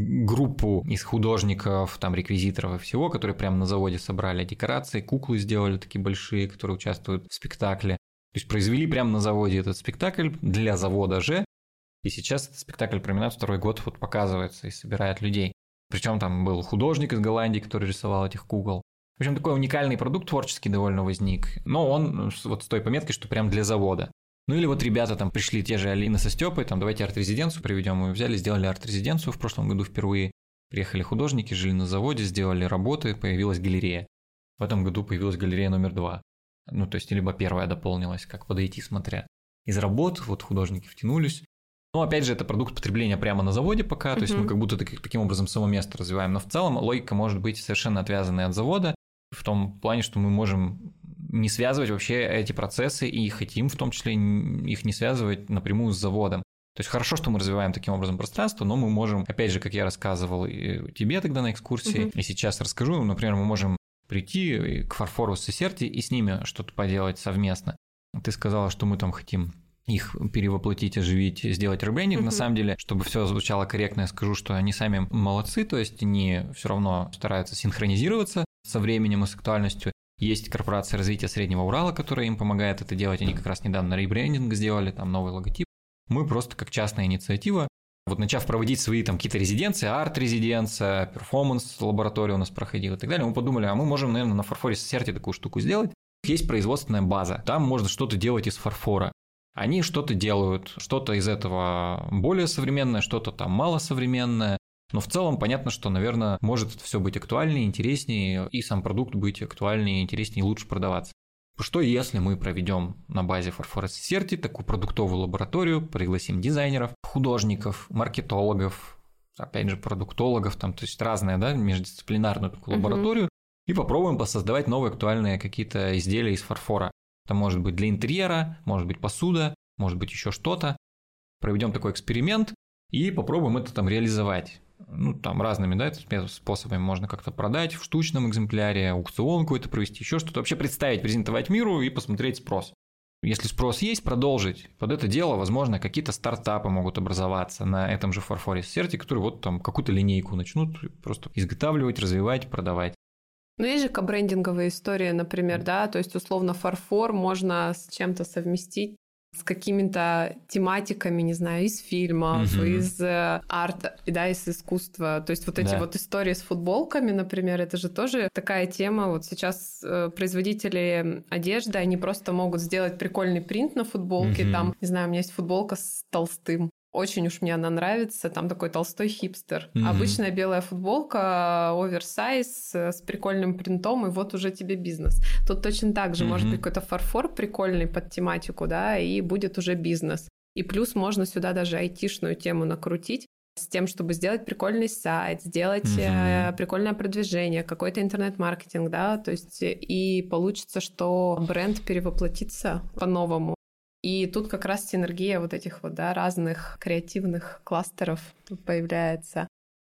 группу из художников, там реквизиторов и всего, которые прямо на заводе собрали декорации, куклы сделали такие большие, которые участвуют в спектакле. То есть произвели прямо на заводе этот спектакль для завода же. И сейчас этот спектакль «Променад» второй год вот показывается и собирает людей. Причем там был художник из Голландии, который рисовал этих кукол. В общем, такой уникальный продукт творческий довольно возник. Но он вот с той пометкой, что прям для завода. Ну или вот ребята там пришли, те же Алина со Стёпой, там давайте арт-резиденцию проведем. Мы взяли, сделали арт-резиденцию в прошлом году впервые. Приехали художники, жили на заводе, сделали работы, появилась галерея. В этом году появилась галерея номер 2. Ну, то есть, либо первая дополнилась, как подойти, смотря. Из работ вот художники втянулись. Но опять же, это продукт потребления прямо на заводе пока, то есть мы как будто таким образом само место развиваем. Но в целом логика может быть совершенно отвязанной от завода, в том плане, что мы можем не связывать вообще эти процессы и хотим в том числе их не связывать напрямую с заводом. То есть хорошо, что мы развиваем таким образом пространство, но мы можем, опять же, как я рассказывал и тебе тогда на экскурсии, и сейчас расскажу, например, мы можем прийти к Фарфору с Сесерти и с ними что-то поделать совместно. Ты сказала, что мы там хотим их перевоплотить, оживить, сделать ребрендинг. На самом деле, чтобы все звучало корректно, я скажу, что они сами молодцы, то есть они все равно стараются синхронизироваться со временем и с актуальностью. Есть корпорация развития Среднего Урала, которая им помогает это делать. Они как раз недавно ребрендинг сделали, там новый логотип. Мы просто как частная инициатива, вот начав проводить свои там какие-то резиденции, арт-резиденция, перформанс-лаборатория у нас проходила и так далее, мы подумали, а мы можем, наверное, на Фарфоре Сесерти такую штуку сделать. Есть производственная база, там можно что-то делать из фарфора. Они что-то делают, что-то из этого более современное, что-то там малосовременное. Но в целом понятно, что, наверное, может это все быть актуальнее, интереснее, и сам продукт быть актуальнее, интереснее и лучше продаваться. Что если мы проведем на базе Фарфора Сесерти такую продуктовую лабораторию, пригласим дизайнеров, художников, маркетологов, опять же, продуктологов, там, то есть разные, да, междисциплинарную такую лабораторию, и попробуем посоздавать новые актуальные какие-то изделия из фарфора. Это может быть для интерьера, может быть посуда, может быть еще что-то. Проведем такой эксперимент и попробуем это там реализовать. Ну, там разными, да, способами можно как-то продать в штучном экземпляре, аукцион какой-то провести, еще что-то. Вообще представить, презентовать миру и посмотреть спрос. Если спрос есть, продолжить. Под это дело, возможно, какие-то стартапы могут образоваться на этом же Фарфоре Сесерти, которые вот там какую-то линейку начнут просто изготавливать, развивать, продавать. Ну, есть же кобрендинговые истории, например, да, то есть условно фарфор можно с чем-то совместить, с какими-то тематиками, не знаю, из фильмов, из арта, да, из искусства. То есть вот эти вот истории с футболками, например, это же тоже такая тема. Вот сейчас производители одежды, они просто могут сделать прикольный принт на футболке. Там, не знаю, у меня есть футболка с Толстым. Очень уж мне она нравится, там такой толстой хипстер. Обычная белая футболка, оверсайз, с прикольным принтом, и вот уже тебе бизнес. Тут точно так же может быть какой-то фарфор прикольный под тематику, да, и будет уже бизнес. И плюс можно сюда даже айтишную тему накрутить с тем, чтобы сделать прикольный сайт, сделать прикольное продвижение, какой-то интернет-маркетинг, да, то есть и получится, что бренд перевоплотится по-новому. И тут как раз синергия вот этих вот, да, разных креативных кластеров появляется.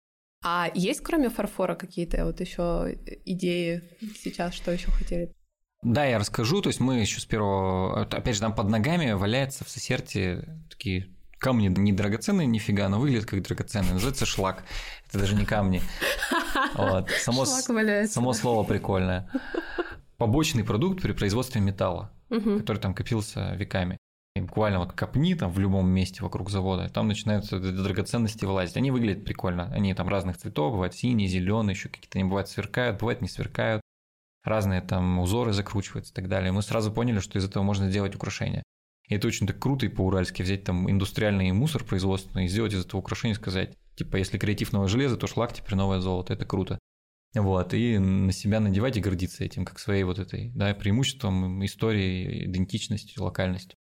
А есть, кроме фарфора, какие-то вот еще идеи сейчас, что еще хотели? Да, я расскажу. То есть мы еще с первого... Опять же, там под ногами валяется в Сесерти такие камни не драгоценные нифига, но выглядят как драгоценные. Называется шлак. Это даже не камни. Вот. Само слово прикольное. Побочный продукт при производстве металла, который там копился веками. И буквально вот копни там в любом месте вокруг завода, там начинаются драгоценности вылазить. Они выглядят прикольно. Они там разных цветов, бывают синие, зеленые, еще какие-то они бывают сверкают, бывают не сверкают. Разные там узоры закручиваются и так далее. Мы сразу поняли, что из этого можно сделать украшения. И это очень так круто и по-уральски взять там индустриальный мусор производственный и сделать из этого украшения и сказать, типа, если креатив новое железо, то шлак теперь новое золото. Это круто. Вот, и на себя надевать и гордиться этим, как своей вот этой, да, преимуществом истории, идентичностью, локальностью.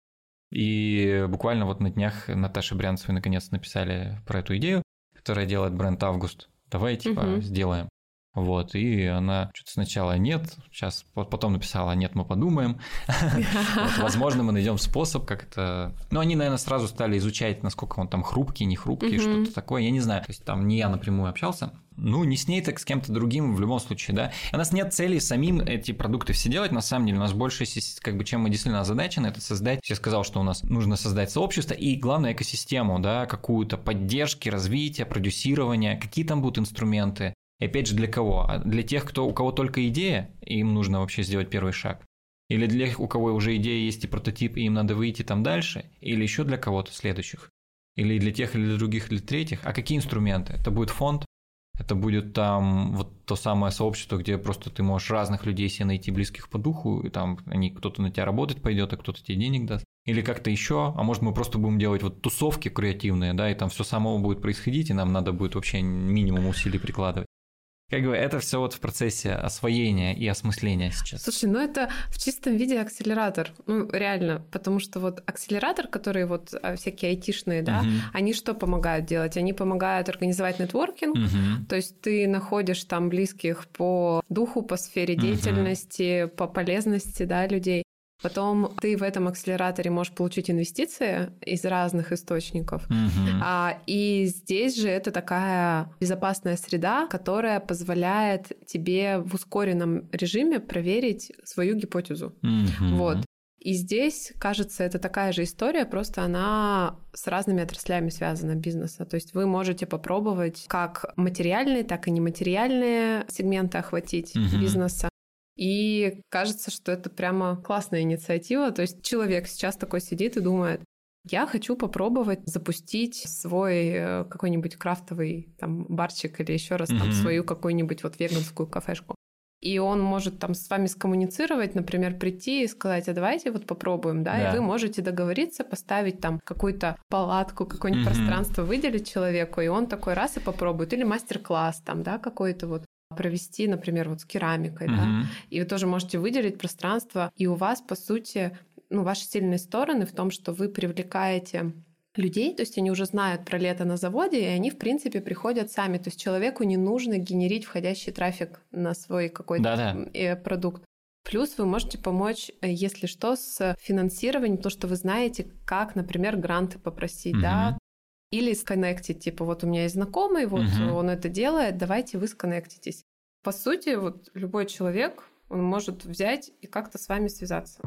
И буквально вот на днях Наташе Брянцевой наконец написали про эту идею, которая делает бренд «Август». Давай, типа, сделаем. Вот, и она что-то сначала нет, сейчас потом написала нет, мы подумаем. Возможно, мы найдем способ как-то... Ну, они, наверное, сразу стали изучать, насколько он там хрупкий, не хрупкий, что-то такое, я не знаю. То есть там не я напрямую общался. Ну, не с ней, так с кем-то другим в любом случае, да. У нас нет цели самим эти продукты все делать, на самом деле. У нас больше, как бы, чем мы действительно озадачены, это создать... Я сказал, что у нас нужно создать сообщество и, главное, экосистему, да, какую-то поддержки, развития, продюсирования, какие там будут инструменты. И опять же, для кого? Для тех, у кого только идея, и им нужно вообще сделать первый шаг? Или для тех, у кого уже идея есть и прототип, и им надо выйти там дальше? Или еще для кого-то следующих? Или для тех, или для других, или для третьих? А какие инструменты? Это будет фонд? Это будет там вот то самое сообщество, где просто ты можешь разных людей себе найти, близких по духу, и там кто-то на тебя работать пойдет, а кто-то тебе денег даст. Или как-то еще, а может мы просто будем делать вот тусовки креативные, да, и там все самого будет происходить, и нам надо будет вообще минимум усилий прикладывать. Как бы это все вот в процессе освоения и осмысления сейчас. Слушай, ну это в чистом виде акселератор, ну реально, потому что вот акселератор, который вот всякие айтишные, да, они что помогают делать? Они помогают организовать нетворкинг, то есть ты находишь там близких по духу, по сфере деятельности, по полезности, да, людей. Потом ты в этом акселераторе можешь получить инвестиции из разных источников. И здесь же это такая безопасная среда, которая позволяет тебе в ускоренном режиме проверить свою гипотезу. Вот. И здесь, кажется, это такая же история, просто она с разными отраслями связана бизнеса. То есть вы можете попробовать как материальные, так и нематериальные сегменты охватить бизнеса. И кажется, что это прямо классная инициатива. То есть человек сейчас такой сидит и думает, я хочу попробовать запустить свой какой-нибудь крафтовый там барчик или еще раз там свою какую-нибудь вот веганскую кафешку. И он может там с вами скоммуницировать, например, прийти и сказать, а давайте вот попробуем, да, и вы можете договориться, поставить там какую-то палатку, какое-нибудь пространство выделить человеку, и он такой раз и попробует. Или мастер-класс там, да, какой-то вот провести, например, вот с керамикой, да, и вы тоже можете выделить пространство, и у вас, по сути, ну, ваши сильные стороны в том, что вы привлекаете людей, то есть они уже знают про лето на заводе, и они, в принципе, приходят сами, то есть человеку не нужно генерить входящий трафик на свой какой-то продукт. Плюс вы можете помочь, если что, с финансированием, то, что вы знаете, как, например, гранты попросить, да, или сконнектить, типа, вот у меня есть знакомый, вот он это делает, давайте вы сконнектитесь. По сути, вот любой человек, он может взять и как-то с вами связаться.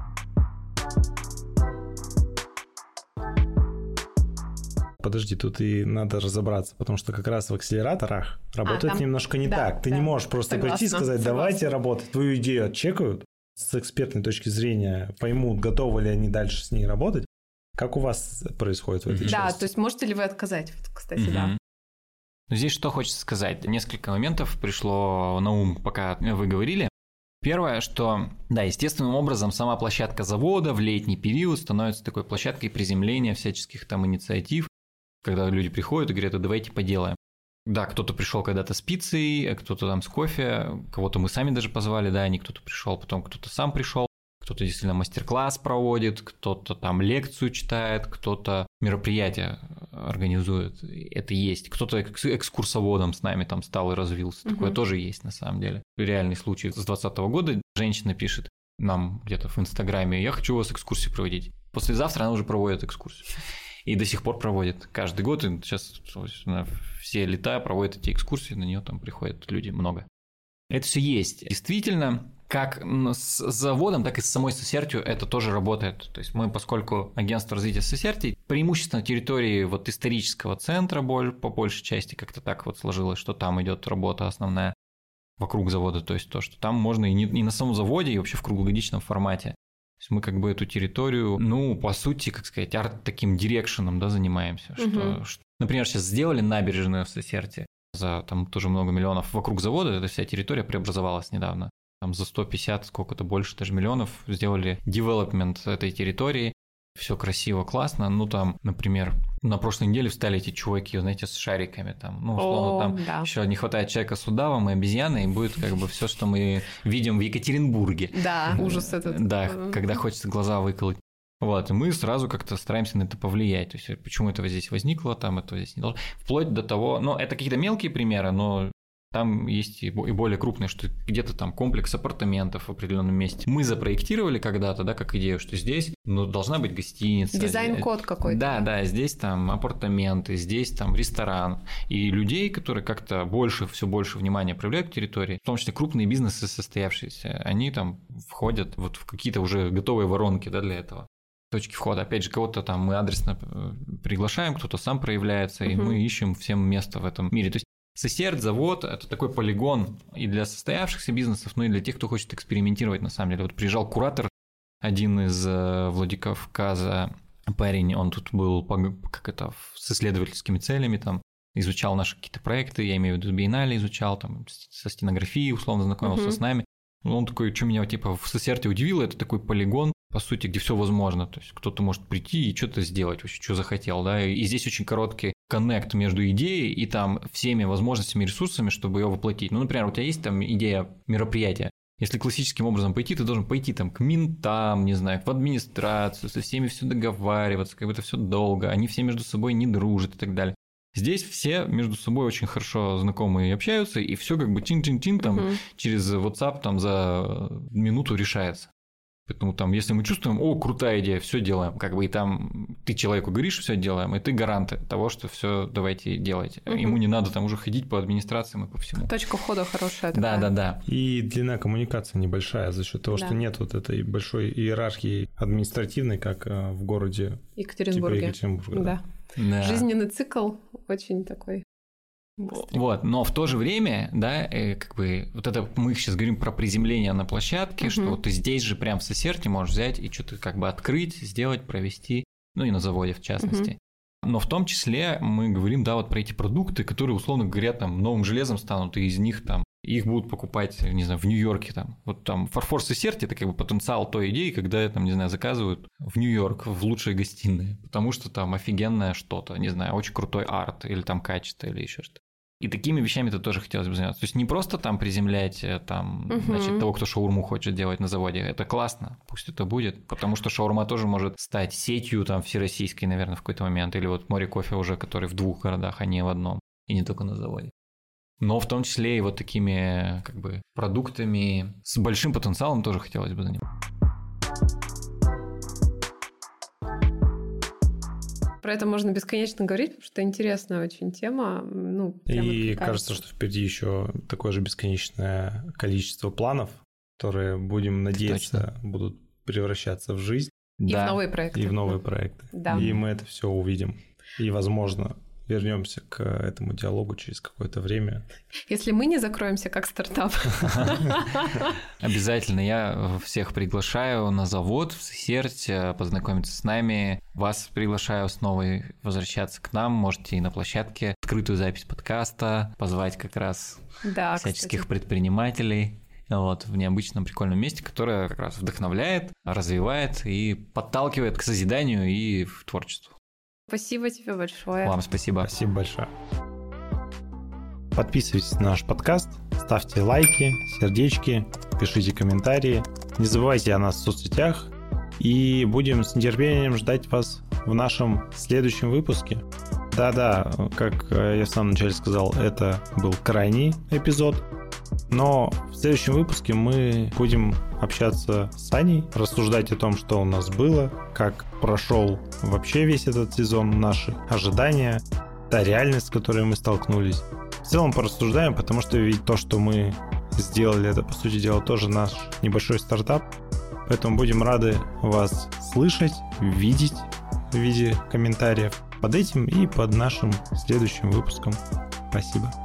Подожди, тут и надо разобраться, потому что как раз в акселераторах работает немножко не так. Ты не можешь просто прийти и сказать, давайте работать. Твою идею отчекают, с экспертной точки зрения поймут, готовы ли они дальше с ней работать. Как у вас происходит в этой части? Да, то есть можете ли вы отказать, кстати, да. Ну, здесь что хочется сказать. Несколько моментов пришло на ум, пока вы говорили. Первое, что, да, естественным образом сама площадка завода в летний период становится такой площадкой приземления всяческих там инициатив, когда люди приходят и говорят, давайте поделаем. Да, кто-то пришел когда-то с пиццей, кто-то там с кофе, кого-то мы сами даже позвали, да, не кто-то пришел, потом кто-то сам пришел. Кто-то действительно мастер-класс проводит, кто-то там лекцию читает, кто-то мероприятие организует. Это есть. Кто-то экскурсоводом с нами там стал и развился. Такое тоже есть на самом деле. Реальный случай. С 2020 года женщина пишет нам где-то в Инстаграме, я хочу у вас экскурсию проводить. Послезавтра она уже проводит экскурсию. И до сих пор проводит. Каждый год. И сейчас все лета проводят эти экскурсии, на нее там приходят люди много. Это все есть. Действительно, как с заводом, так и с самой Сосертью это тоже работает. То есть мы, поскольку агентство развития Сосерти, преимущественно территории вот исторического центра, по большей части как-то так вот сложилось, что там идет работа основная вокруг завода, то есть то, что там можно и не на самом заводе, и вообще в круглогодичном формате. То есть мы как бы эту территорию, ну, по сути, как сказать, таким дирекшеном, да, занимаемся. Что, например, сейчас сделали набережную в Сосерти за там тоже много миллионов вокруг завода, эта вся территория преобразовалась недавно. Там за 150, сколько-то больше даже миллионов сделали девелопмент этой территории. Все красиво, классно. Ну, там, например, на прошлой неделе встали эти чуваки, знаете, с шариками. Там, ну, условно, там еще не хватает человека с удавом и обезьяны, и будет как бы все, что мы видим в Екатеринбурге. Да, ужас этот. Да, когда хочется глаза выколоть. Вот, и мы сразу как-то стараемся на это повлиять. То есть, почему этого здесь возникло, там этого здесь не должно. Вплоть до того, ну, это какие-то мелкие примеры, но Там есть и более крупные, что где-то там комплекс апартаментов в определенном месте. Мы запроектировали когда-то, да, как идею, что здесь должна быть гостиница. Дизайн-код какой-то. Да, здесь там апартаменты, здесь там ресторан. И людей, которые как-то все больше внимания проявляют к территории, в том числе крупные бизнесы состоявшиеся, они там входят вот в какие-то уже готовые воронки, да, для этого. Точки входа. Опять же, кого-то там мы адресно приглашаем, кто-то сам проявляется, и мы ищем всем место в этом мире. То есть Сесерт, завод – это такой полигон и для состоявшихся бизнесов, но и для тех, кто хочет экспериментировать на самом деле. Вот приезжал куратор, один из Владикавказа, парень, он тут был с исследовательскими целями, там, изучал наши какие-то проекты, я имею в виду биеннале изучал, там, со стенографией условно знакомился с нами. Он такой, что меня типа в Сесерте удивило, это такой полигон, по сути, где все возможно. То есть кто-то может прийти и что-то сделать, вообще, что захотел, да. И здесь очень короткий коннект между идеей и там всеми возможностями и ресурсами, чтобы ее воплотить. Ну, например, у тебя есть там идея мероприятия. Если классическим образом пойти, ты должен пойти там к ментам, не знаю, в администрацию, со всеми все договариваться, как бы это все долго, они все между собой не дружат и так далее. Здесь все между собой очень хорошо знакомы и общаются, и все как бы чин-чин-чин там через WhatsApp там за минуту решается. Поэтому там, если мы чувствуем, крутая идея, все делаем, как бы и там ты человеку говоришь, все делаем, и ты гарант того, что все давайте делайте. Ему не надо там уже ходить по администрациям и по всему. Точка входа хорошая такая. Да. И длина коммуникации небольшая за счет того, что нет вот этой большой иерархии административной, как в городе Екатеринбурге. Типа Екатеринбурга. Да. Жизненный цикл очень такой. Быстрый. Вот, но в то же время, да, как бы вот это мы сейчас говорим про приземление на площадке, что вот ты здесь же прям в Сесерте можешь взять и что-то как бы открыть, сделать, провести, ну и на заводе в частности. Но в том числе мы говорим, да, вот про эти продукты, которые, условно говоря, там новым железом станут, и из них там их будут покупать, не знаю, в Нью-Йорке там. Вот там фарфор Сесерте – это как бы потенциал той идеи, когда там, не знаю, заказывают в Нью-Йорк, в лучшие гостиные, потому что там офигенное что-то, не знаю, очень крутой арт или там качество или еще что-то. И такими вещами-то тоже хотелось бы заниматься. То есть не просто там приземлять там, значит, того, кто шаурму хочет делать на заводе. Это классно, пусть это будет, потому что шаурма тоже может стать сетью там всероссийской, наверное, в какой-то момент. Или вот море кофе уже, который в 2 городах, а не в одном. И не только на заводе. Но в том числе и вот такими как бы продуктами с большим потенциалом тоже хотелось бы заниматься. Про это можно бесконечно говорить, потому что интересная очень тема. И кажется, что впереди еще такое же бесконечное количество планов, которые, будем надеяться, будут превращаться в жизнь. И в новые проекты. И в новые проекты. Да. И мы это все увидим. И, возможно, вернемся к этому диалогу через какое-то время. Если мы не закроемся как стартап. Обязательно. Я всех приглашаю на завод в Сесерте познакомиться с нами. Вас приглашаю снова возвращаться к нам. Можете и на площадке открытую запись подкаста, позвать как раз всяческих предпринимателей. Вот, в необычном прикольном месте, которое как раз вдохновляет, развивает и подталкивает к созиданию и в творчеству. Спасибо тебе большое. Вам спасибо. Спасибо большое. Подписывайтесь на наш подкаст, ставьте лайки, сердечки, пишите комментарии. Не забывайте о нас в соцсетях. И будем с нетерпением ждать вас в нашем следующем выпуске. Да-да, как я в самом начале сказал, это был крайний эпизод. Но в следующем выпуске мы будем общаться с Аней, рассуждать о том, что у нас было, как прошел вообще весь этот сезон, наши ожидания, та реальность, с которой мы столкнулись. В целом порассуждаем, потому что ведь то, что мы сделали, это, по сути дела, тоже наш небольшой стартап. Поэтому будем рады вас слышать, видеть в виде комментариев под этим и под нашим следующим выпуском. Спасибо.